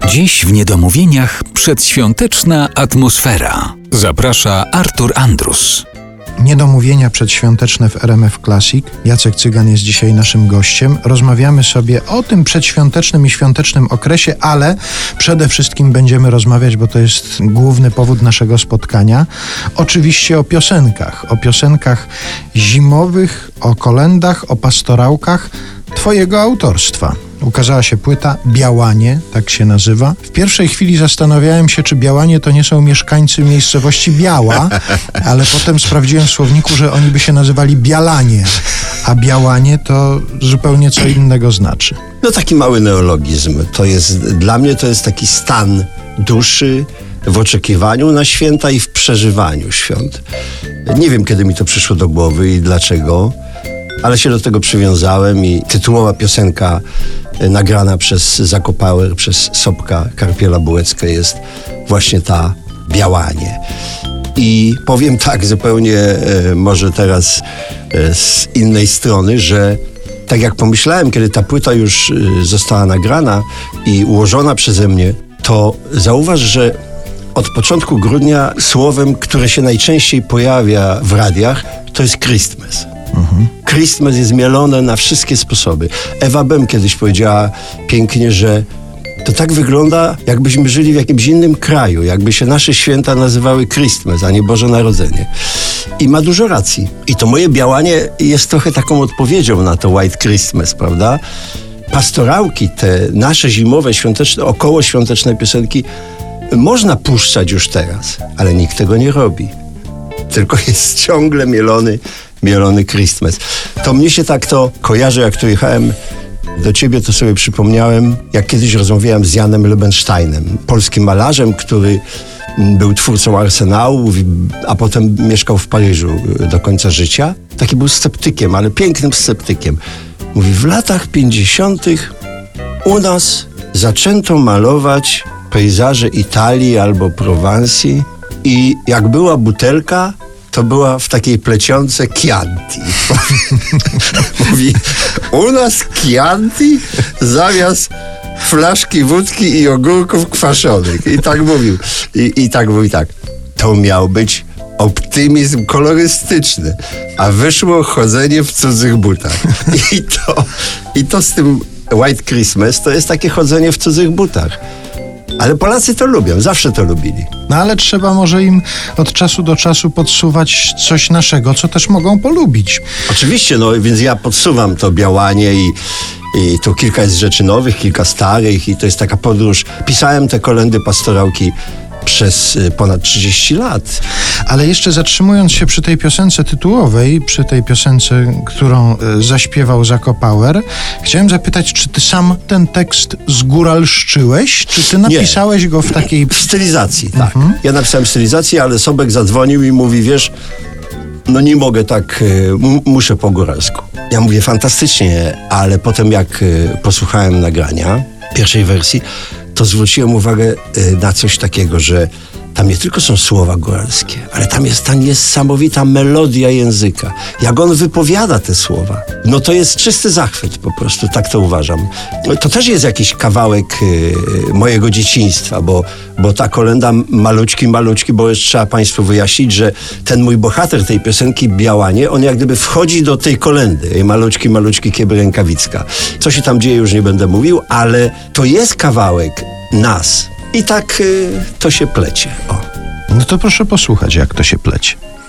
Dziś w Niedomówieniach przedświąteczna atmosfera. Zaprasza Artur Andrus. Niedomówienia przedświąteczne w RMF Classic. Jacek Cygan jest dzisiaj naszym gościem. Rozmawiamy sobie o tym przedświątecznym i świątecznym okresie, ale przede wszystkim będziemy rozmawiać, bo to jest główny powód naszego spotkania, oczywiście o piosenkach. O piosenkach zimowych, o kolędach, o pastorałkach twojego autorstwa. Ukazała się płyta Białanie, tak się nazywa. W pierwszej chwili zastanawiałem się, czy Białanie to nie są mieszkańcy miejscowości Biała, ale potem sprawdziłem w słowniku, że oni by się nazywali Bialanie, a Białanie to zupełnie co innego znaczy. No taki mały neologizm. Dla mnie to jest taki stan duszy w oczekiwaniu na święta i w przeżywaniu świąt. Nie wiem, kiedy mi to przyszło do głowy i dlaczego, ale się do tego przywiązałem i tytułowa piosenka nagrana przez Zakopauer, przez Sobka Karpiela-Bułeckę jest właśnie ta Białanie. I powiem tak zupełnie może teraz z innej strony, że tak jak pomyślałem, kiedy ta płyta już została nagrana i ułożona przeze mnie, to zauważ, że od początku grudnia słowem, które się najczęściej pojawia w radiach, to jest Christmas. Christmas jest mielone na wszystkie sposoby. Ewa Bem kiedyś powiedziała pięknie, że to tak wygląda, jakbyśmy żyli w jakimś innym kraju, jakby się nasze święta nazywały Christmas, a nie Boże Narodzenie. I ma dużo racji. I to moje Białanie jest trochę taką odpowiedzią na to White Christmas, prawda? Pastorałki, te nasze zimowe, świąteczne, okołoświąteczne piosenki można puszczać już teraz, ale nikt tego nie robi. Tylko jest ciągle mielony Christmas. To mnie się tak to kojarzy, jak tu jechałem do ciebie, to sobie przypomniałem, jak kiedyś rozmawiałem z Janem Lebensteinem, polskim malarzem, który był twórcą Arsenału, a potem mieszkał w Paryżu do końca życia. Taki był sceptykiem, ale pięknym sceptykiem. Mówi, w latach 50. u nas zaczęto malować pejzaże Italii albo Prowansji i jak była butelka, to była w takiej plecionce Chianti. Mówi, u nas Chianti zamiast flaszki wódki i ogórków kwaszonych. I tak mówił. I tak mówi tak. To miał być optymizm kolorystyczny, a wyszło chodzenie w cudzych butach. I to z tym White Christmas to jest takie chodzenie w cudzych butach. Ale Polacy to lubią, zawsze to lubili. No ale trzeba może im od czasu do czasu podsuwać coś naszego, co też mogą polubić. Oczywiście, no więc ja podsuwam to Białanie i tu kilka jest rzeczy nowych, kilka starych i to jest taka podróż. Pisałem te kolędy pastorałki przez ponad 30 lat. Ale jeszcze zatrzymując się przy tej piosence tytułowej, przy tej piosence, którą zaśpiewał Zakopauer, chciałem zapytać, czy ty sam ten tekst zgóralszczyłeś, czy ty napisałeś go w takiej... W stylizacji, tak. Ja napisałem stylizację, ale Sobek zadzwonił i mówi, wiesz, no nie mogę tak, muszę po góralsku. Ja mówię, fantastycznie, ale potem jak posłuchałem nagrania pierwszej wersji, to zwróciłem uwagę na coś takiego, że tam nie tylko są słowa góralskie, ale tam jest ta niesamowita melodia języka. Jak on wypowiada te słowa, no to jest czysty zachwyt po prostu, tak to uważam. To też jest jakiś kawałek mojego dzieciństwa, bo ta kolenda malutki, bo jeszcze trzeba państwu wyjaśnić, że ten mój bohater tej piosenki Białanie, on jak gdyby wchodzi do tej kolendy, malutki Kieber Rękawicka. Co się tam dzieje, już nie będę mówił, ale to jest kawałek nas. I tak to się plecie. O. No to proszę posłuchać, jak to się plecie.